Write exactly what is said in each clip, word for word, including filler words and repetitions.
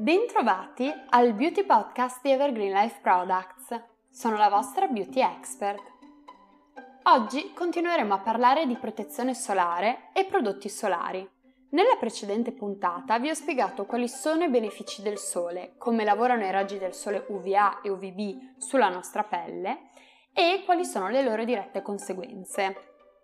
Bentrovati al Beauty Podcast di Evergreen Life Products. Sono la vostra Beauty Expert. Oggi continueremo a parlare di protezione solare e prodotti solari. Nella precedente puntata vi ho spiegato quali sono i benefici del sole, come lavorano i raggi del sole U V A e U V B sulla nostra pelle e quali sono le loro dirette conseguenze.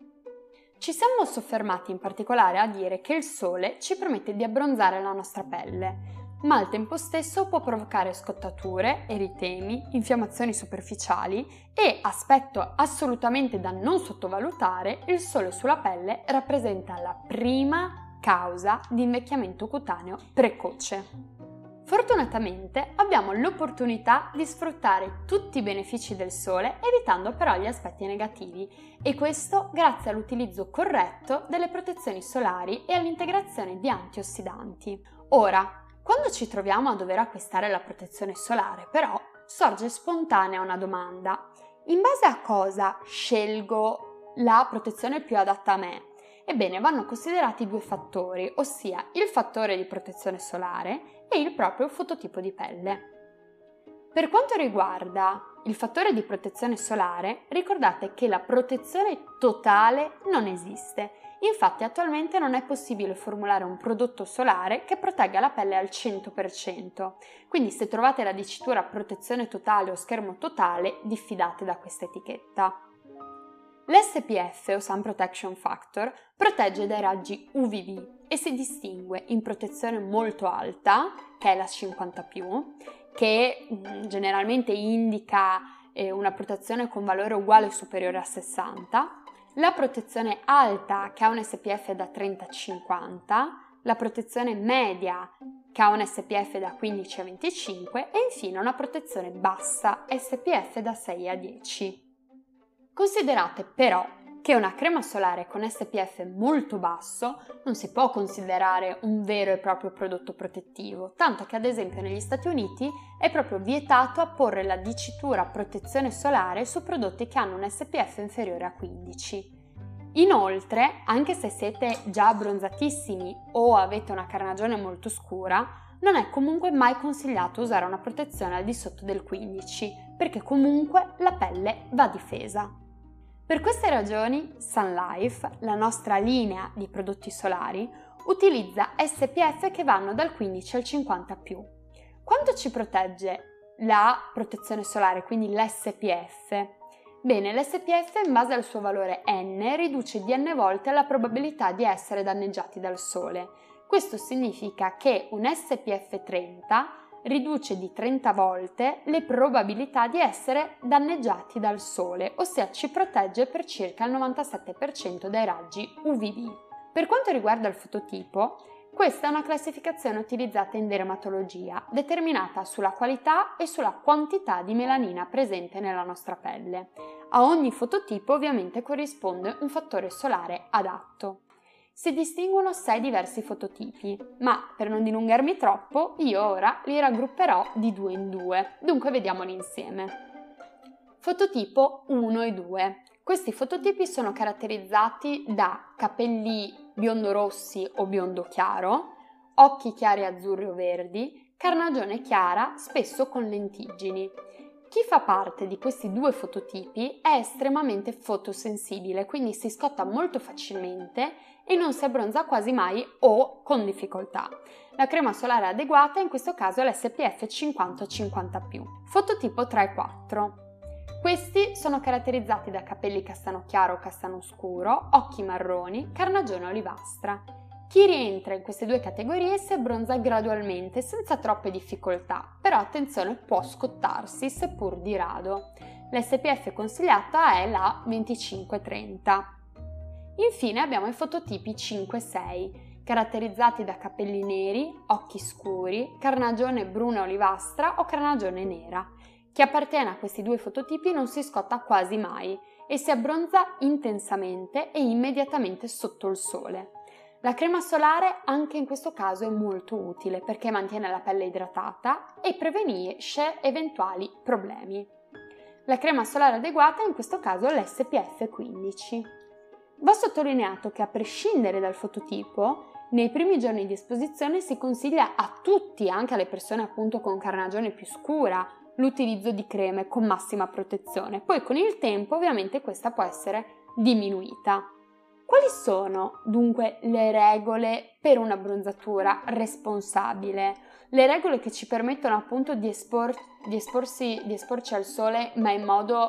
Ci siamo soffermati in particolare a dire che il sole ci permette di abbronzare la nostra pelle, ma al tempo stesso può provocare scottature, eritemi, infiammazioni superficiali e, aspetto assolutamente da non sottovalutare, il sole sulla pelle rappresenta la prima causa di invecchiamento cutaneo precoce. Fortunatamente abbiamo l'opportunità di sfruttare tutti i benefici del sole evitando però gli aspetti negativi e questo grazie all'utilizzo corretto delle protezioni solari e all'integrazione di antiossidanti. Ora, quando ci troviamo a dover acquistare la protezione solare, però, sorge spontanea una domanda. In base a cosa scelgo la protezione più adatta a me? Ebbene, vanno considerati due fattori, ossia il fattore di protezione solare e il proprio fototipo di pelle. Per quanto riguarda il fattore di protezione solare, ricordate che la protezione totale non esiste. Infatti attualmente non è possibile formulare un prodotto solare che protegga la pelle al cento per cento, quindi se trovate la dicitura protezione totale o schermo totale, diffidate da questa etichetta. L'S P F o Sun Protection Factor protegge dai raggi U V B e si distingue in protezione molto alta, che è la cinquanta più, che mh, generalmente indica eh, una protezione con valore uguale o superiore a sessanta, la protezione alta che ha un S P F da trenta a cinquanta, la protezione media che ha un S P F da quindici a venticinque e infine una protezione bassa S P F da sei a dieci. Considerate però che una crema solare con S P F molto basso non si può considerare un vero e proprio prodotto protettivo, tanto che ad esempio negli Stati Uniti è proprio vietato apporre la dicitura protezione solare su prodotti che hanno un S P F inferiore a quindici. Inoltre, anche se siete già abbronzatissimi o avete una carnagione molto scura, non è comunque mai consigliato usare una protezione al di sotto del quindici, perché comunque la pelle va difesa. Per queste ragioni, Sun Life, la nostra linea di prodotti solari, utilizza S P F che vanno dal quindici al cinquanta più. Quanto ci protegge la protezione solare, quindi l'S P F? Bene, l'S P F in base al suo valore N riduce di N volte la probabilità di essere danneggiati dal sole. Questo significa che un S P F trenta riduce di trenta volte le probabilità di essere danneggiati dal sole, ossia ci protegge per circa il novantasette per cento dai raggi U V B. Per quanto riguarda il fototipo, questa è una classificazione utilizzata in dermatologia, determinata sulla qualità e sulla quantità di melanina presente nella nostra pelle. A ogni fototipo ovviamente corrisponde un fattore solare adatto. Si distinguono sei diversi fototipi, ma per non dilungarmi troppo, io ora li raggrupperò di due in due, dunque vediamoli insieme. Fototipo uno e due. Questi fototipi sono caratterizzati da capelli biondo-rossi o biondo chiaro, occhi chiari azzurri o verdi, carnagione chiara, spesso con lentiggini. Chi fa parte di questi due fototipi è estremamente fotosensibile, quindi si scotta molto facilmente e non si abbronza quasi mai o con difficoltà. La crema solare adeguata in questo caso è l'S P F cinquanta cinquanta più. Fototipo tre e quattro. Questi sono caratterizzati da capelli castano chiaro o castano scuro, occhi marroni, carnagione olivastra. Chi rientra in queste due categorie si abbronza gradualmente senza troppe difficoltà, però attenzione, può scottarsi seppur di rado. L'S P F consigliata è la venticinque trenta. Infine abbiamo i fototipi cinque sei, caratterizzati da capelli neri, occhi scuri, carnagione bruna olivastra o carnagione nera. Chi appartiene a questi due fototipi non si scotta quasi mai e si abbronza intensamente e immediatamente sotto il sole. La crema solare anche in questo caso è molto utile perché mantiene la pelle idratata e prevenisce eventuali problemi. La crema solare adeguata in questo caso è l'S P F quindici. Va sottolineato che a prescindere dal fototipo, Nei primi giorni di esposizione si consiglia a tutti, anche alle persone appunto con carnagione più scura, l'utilizzo di creme con massima protezione. Poi con il tempo ovviamente questa può essere diminuita. Quali sono dunque le regole per una bronzatura responsabile? Le regole che ci permettono appunto di, espor- di, esporsi, di esporci al sole ma in modo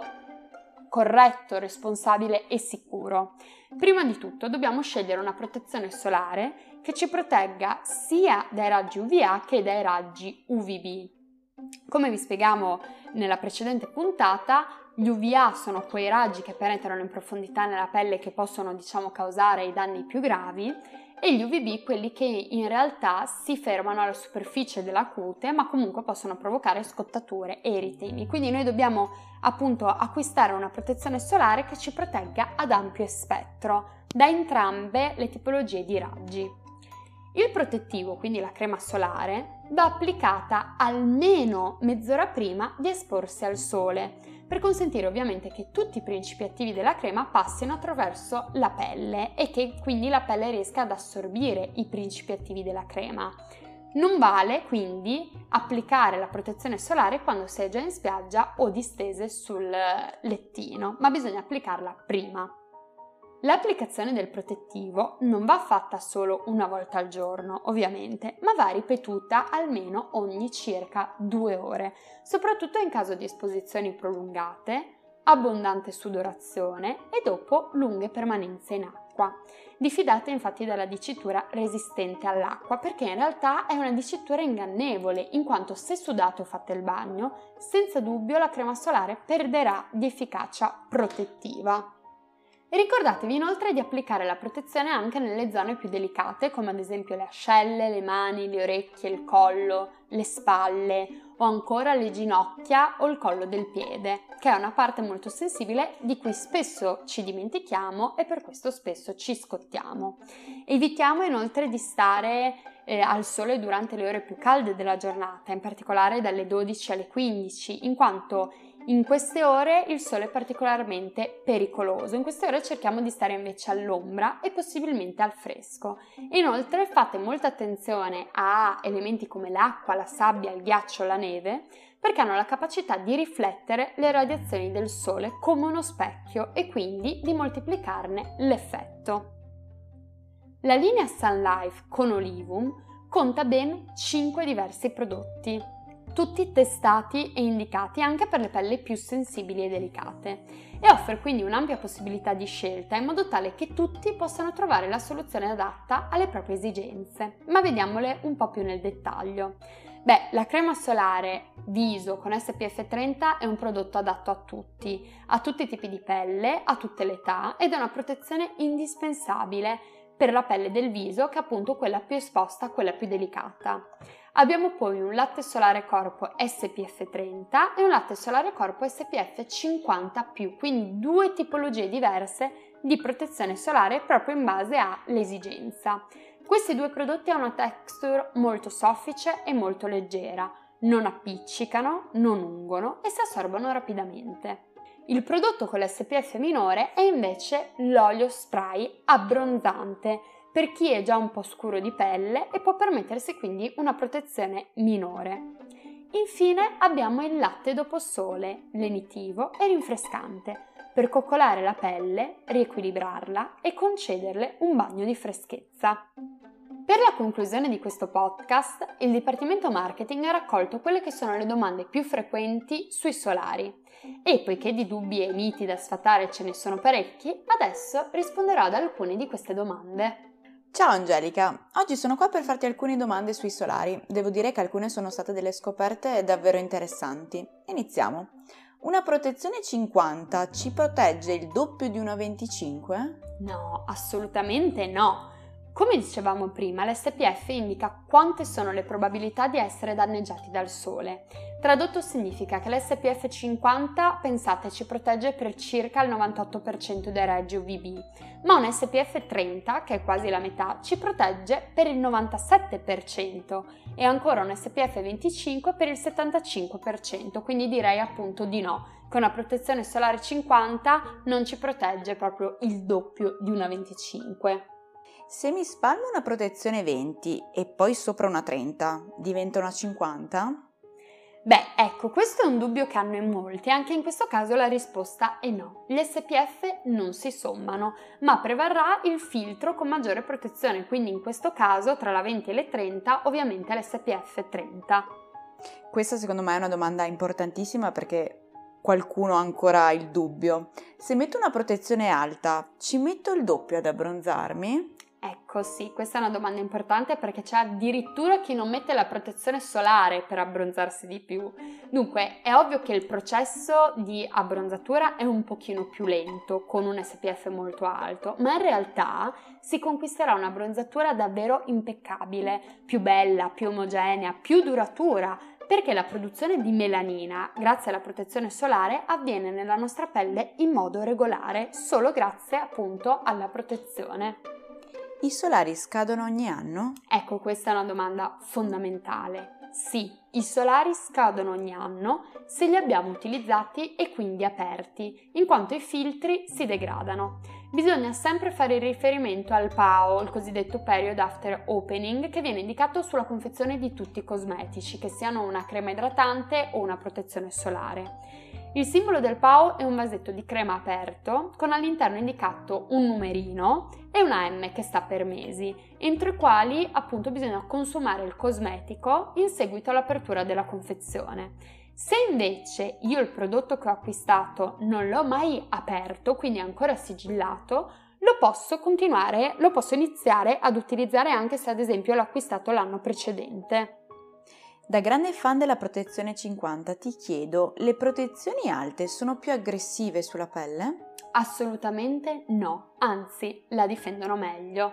corretto, responsabile e sicuro. Prima di tutto dobbiamo scegliere una protezione solare che ci protegga sia dai raggi U V A che dai raggi U V B. Come vi spiegavo nella precedente puntata, gli U V A sono quei raggi che penetrano in profondità nella pelle e che possono, diciamo, causare i danni più gravi, e gli U V B quelli che in realtà si fermano alla superficie della cute ma comunque possono provocare scottature e eritemi. Quindi noi dobbiamo appunto acquistare una protezione solare che ci protegga ad ampio spettro da entrambe le tipologie di raggi. Il protettivo, quindi la crema solare, va applicata almeno mezz'ora prima di esporsi al sole, per consentire ovviamente che tutti i principi attivi della crema passino attraverso la pelle e che quindi la pelle riesca ad assorbire i principi attivi della crema. Non vale quindi applicare la protezione solare quando si è già in spiaggia o distese sul lettino, ma bisogna applicarla prima. L'applicazione del protettivo non va fatta solo una volta al giorno, ovviamente, ma va ripetuta almeno ogni circa due ore, soprattutto in caso di esposizioni prolungate, abbondante sudorazione e dopo lunghe permanenze in acqua. Diffidate infatti dalla dicitura resistente all'acqua, perché in realtà è una dicitura ingannevole, in quanto se sudate o fate il bagno, senza dubbio la crema solare perderà di efficacia protettiva. E ricordatevi inoltre di applicare la protezione anche nelle zone più delicate, come ad esempio le ascelle, le mani, le orecchie, il collo, le spalle o ancora le ginocchia o il collo del piede, che è una parte molto sensibile di cui spesso ci dimentichiamo e per questo spesso ci scottiamo. Evitiamo inoltre di stare eh, al sole durante le ore più calde della giornata, in particolare dalle dodici alle quindici, in quanto in queste ore il sole è particolarmente pericoloso. In queste ore cerchiamo di stare invece all'ombra e possibilmente al fresco. Inoltre fate molta attenzione a elementi come l'acqua, la sabbia, il ghiaccio, la neve, perché hanno la capacità di riflettere le radiazioni del sole come uno specchio e quindi di moltiplicarne l'effetto. La linea Sun Life con Olivum conta ben cinque diversi prodotti, tutti testati e indicati anche per le pelli più sensibili e delicate, e offre quindi un'ampia possibilità di scelta in modo tale che tutti possano trovare la soluzione adatta alle proprie esigenze. Ma vediamole un po' più nel dettaglio. Beh, la crema solare viso con S P F trenta è un prodotto adatto a tutti, a tutti i tipi di pelle, a tutte le età, ed è una protezione indispensabile per la pelle del viso, che è appunto quella più esposta, quella più delicata. Abbiamo poi un latte solare corpo S P F trenta e un latte solare corpo S P F cinquanta più, quindi due tipologie diverse di protezione solare proprio in base all'esigenza. Questi due prodotti hanno una texture molto soffice e molto leggera, non appiccicano, non ungono e si assorbono rapidamente. Il prodotto con l'S P F minore è invece l'olio spray abbronzante, per chi è già un po' scuro di pelle e può permettersi quindi una protezione minore. Infine abbiamo il latte dopo sole, lenitivo e rinfrescante, per coccolare la pelle, riequilibrarla e concederle un bagno di freschezza. Per la conclusione di questo podcast, il Dipartimento Marketing ha raccolto quelle che sono le domande più frequenti sui solari e, poiché di dubbi e miti da sfatare ce ne sono parecchi, adesso risponderò ad alcune di queste domande. Ciao Angelica, oggi sono qua per farti alcune domande sui solari. Devo dire che alcune sono state delle scoperte davvero interessanti. Iniziamo. Una protezione cinquanta ci protegge il doppio di una venticinque? No, assolutamente no. Come dicevamo prima, l'S P F indica quante sono le probabilità di essere danneggiati dal sole. Tradotto significa che l'S P F cinquanta, pensate, ci protegge per circa il novantotto per cento dei raggi U V B, ma un S P F trenta, che è quasi la metà, ci protegge per il novantasette per cento e ancora un S P F venticinque per il settantacinque per cento, quindi direi appunto di no, che una protezione solare cinquanta non ci protegge proprio il doppio di una venticinque. Se mi spalmo una protezione venti e poi sopra una trenta, diventa una cinquanta? Beh, ecco, questo è un dubbio che hanno in molti, anche in questo caso la risposta è no. Gli S P F non si sommano, ma prevarrà il filtro con maggiore protezione, quindi in questo caso tra la venti e le trenta ovviamente l'S P F trenta. Questa secondo me è una domanda importantissima perché qualcuno ha ancora il dubbio. Se metto una protezione alta, ci metto il doppio ad abbronzarmi? Ecco sì, questa è una domanda importante perché c'è addirittura chi non mette la protezione solare per abbronzarsi di più. Dunque, è ovvio che il processo di abbronzatura è un pochino più lento, con un S P F molto alto, ma in realtà si conquisterà un'abbronzatura davvero impeccabile, più bella, più omogenea, più duratura, perché la produzione di melanina, grazie alla protezione solare, avviene nella nostra pelle in modo regolare, solo grazie appunto alla protezione. I solari scadono ogni anno? Ecco, questa è una domanda fondamentale. Sì, i solari scadono ogni anno se li abbiamo utilizzati e quindi aperti, in quanto i filtri si degradano. Bisogna sempre fare riferimento al P A O, il cosiddetto Period After Opening, che viene indicato sulla confezione di tutti i cosmetici, che siano una crema idratante o una protezione solare. Il simbolo del P A O è un vasetto di crema aperto con all'interno indicato un numerino e una M che sta per mesi, entro i quali appunto bisogna consumare il cosmetico in seguito all'apertura della confezione. Se invece io il prodotto che ho acquistato non l'ho mai aperto, quindi è ancora sigillato, lo posso continuare, lo posso iniziare ad utilizzare anche se ad esempio l'ho acquistato l'anno precedente. Da grande fan della protezione cinquanta ti chiedo, le protezioni alte sono più aggressive sulla pelle? Assolutamente no, anzi la difendono meglio.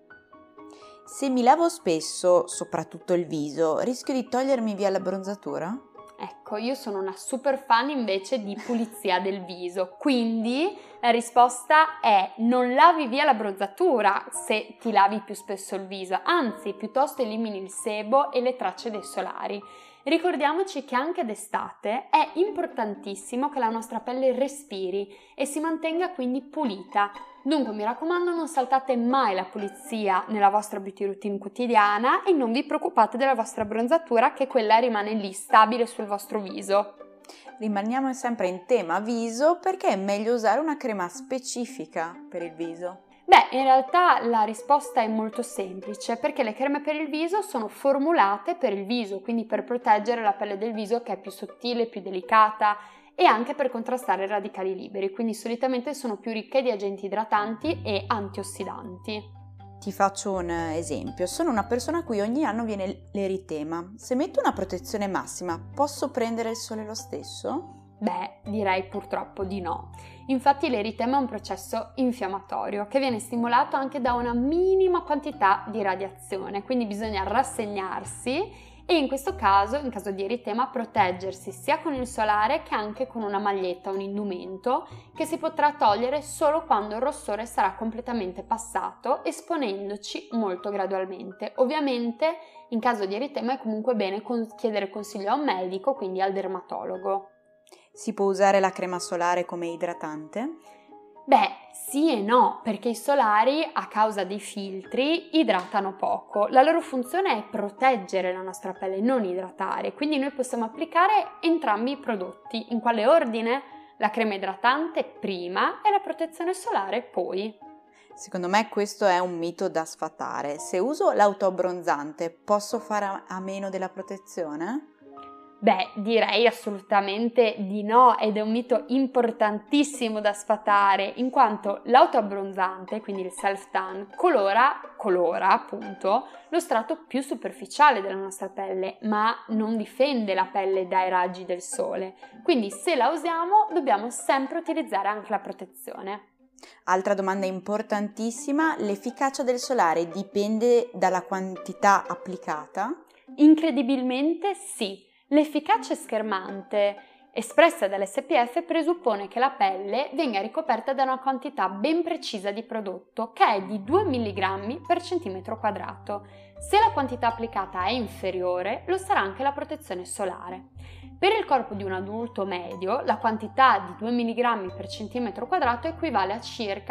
Se mi lavo spesso, soprattutto il viso, rischio di togliermi via l'abbronzatura? Ecco, io sono una super fan invece di pulizia del viso, quindi la risposta è non lavi via l'abbronzatura se ti lavi più spesso il viso, anzi piuttosto elimini il sebo e le tracce dei solari. Ricordiamoci che anche d'estate è importantissimo che la nostra pelle respiri e si mantenga quindi pulita. Dunque mi raccomando, non saltate mai la pulizia nella vostra beauty routine quotidiana e non vi preoccupate della vostra abbronzatura, che quella rimane lì stabile sul vostro viso. Rimaniamo sempre in tema viso perché è meglio usare una crema specifica per il viso. Beh, in realtà la risposta è molto semplice, perché le creme per il viso sono formulate per il viso, quindi per proteggere la pelle del viso che è più sottile, più delicata e anche per contrastare i radicali liberi, quindi solitamente sono più ricche di agenti idratanti e antiossidanti. Ti faccio un esempio, sono una persona a cui ogni anno viene l'eritema. Se metto una protezione massima, posso prendere il sole lo stesso? Beh, direi purtroppo di no. Infatti l'eritema è un processo infiammatorio che viene stimolato anche da una minima quantità di radiazione, quindi bisogna rassegnarsi e in questo caso, in caso di eritema, proteggersi sia con il solare che anche con una maglietta, un indumento che si potrà togliere solo quando il rossore sarà completamente passato, esponendoci molto gradualmente. Ovviamente in caso di eritema è comunque bene chiedere consiglio a un medico, quindi al dermatologo. Si può usare la crema solare come idratante? Beh, sì e no, perché i solari a causa dei filtri idratano poco. La loro funzione è proteggere la nostra pelle, non idratare, quindi noi possiamo applicare entrambi i prodotti. In quale ordine? La crema idratante prima e la protezione solare poi. Secondo me questo è un mito da sfatare. Se uso l'autoabbronzante, posso fare a meno della protezione? Beh, direi assolutamente di no, ed è un mito importantissimo da sfatare, in quanto l'autoabbronzante, quindi il self-tan, colora, colora appunto lo strato più superficiale della nostra pelle, ma non difende la pelle dai raggi del sole. Quindi se la usiamo dobbiamo sempre utilizzare anche la protezione. Altra domanda importantissima, l'efficacia del solare dipende dalla quantità applicata? Incredibilmente sì. L'efficacia schermante espressa dall'S P F presuppone che la pelle venga ricoperta da una quantità ben precisa di prodotto, che è di due milligrammi per centimetro quadrato. Se la quantità applicata è inferiore, lo sarà anche la protezione solare. Per il corpo di un adulto medio, la quantità di due milligrammi per centimetro quadrato equivale a circa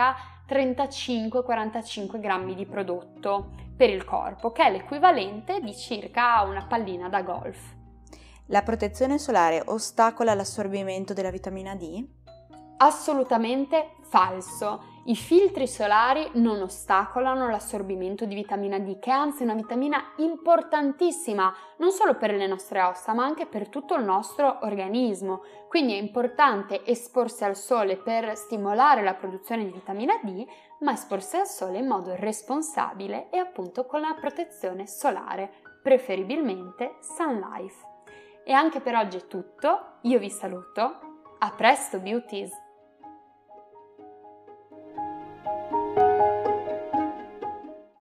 trentacinque quarantacinque grammi di prodotto per il corpo, che è l'equivalente di circa una pallina da golf. La protezione solare ostacola l'assorbimento della vitamina D? Assolutamente falso. I filtri solari non ostacolano l'assorbimento di vitamina D, che è anzi una vitamina importantissima non solo per le nostre ossa, ma anche per tutto il nostro organismo. Quindi è importante esporsi al sole per stimolare la produzione di vitamina D, ma esporsi al sole in modo responsabile e appunto con la protezione solare, preferibilmente Sun Life. E anche per oggi è tutto, io vi saluto, a presto beauties!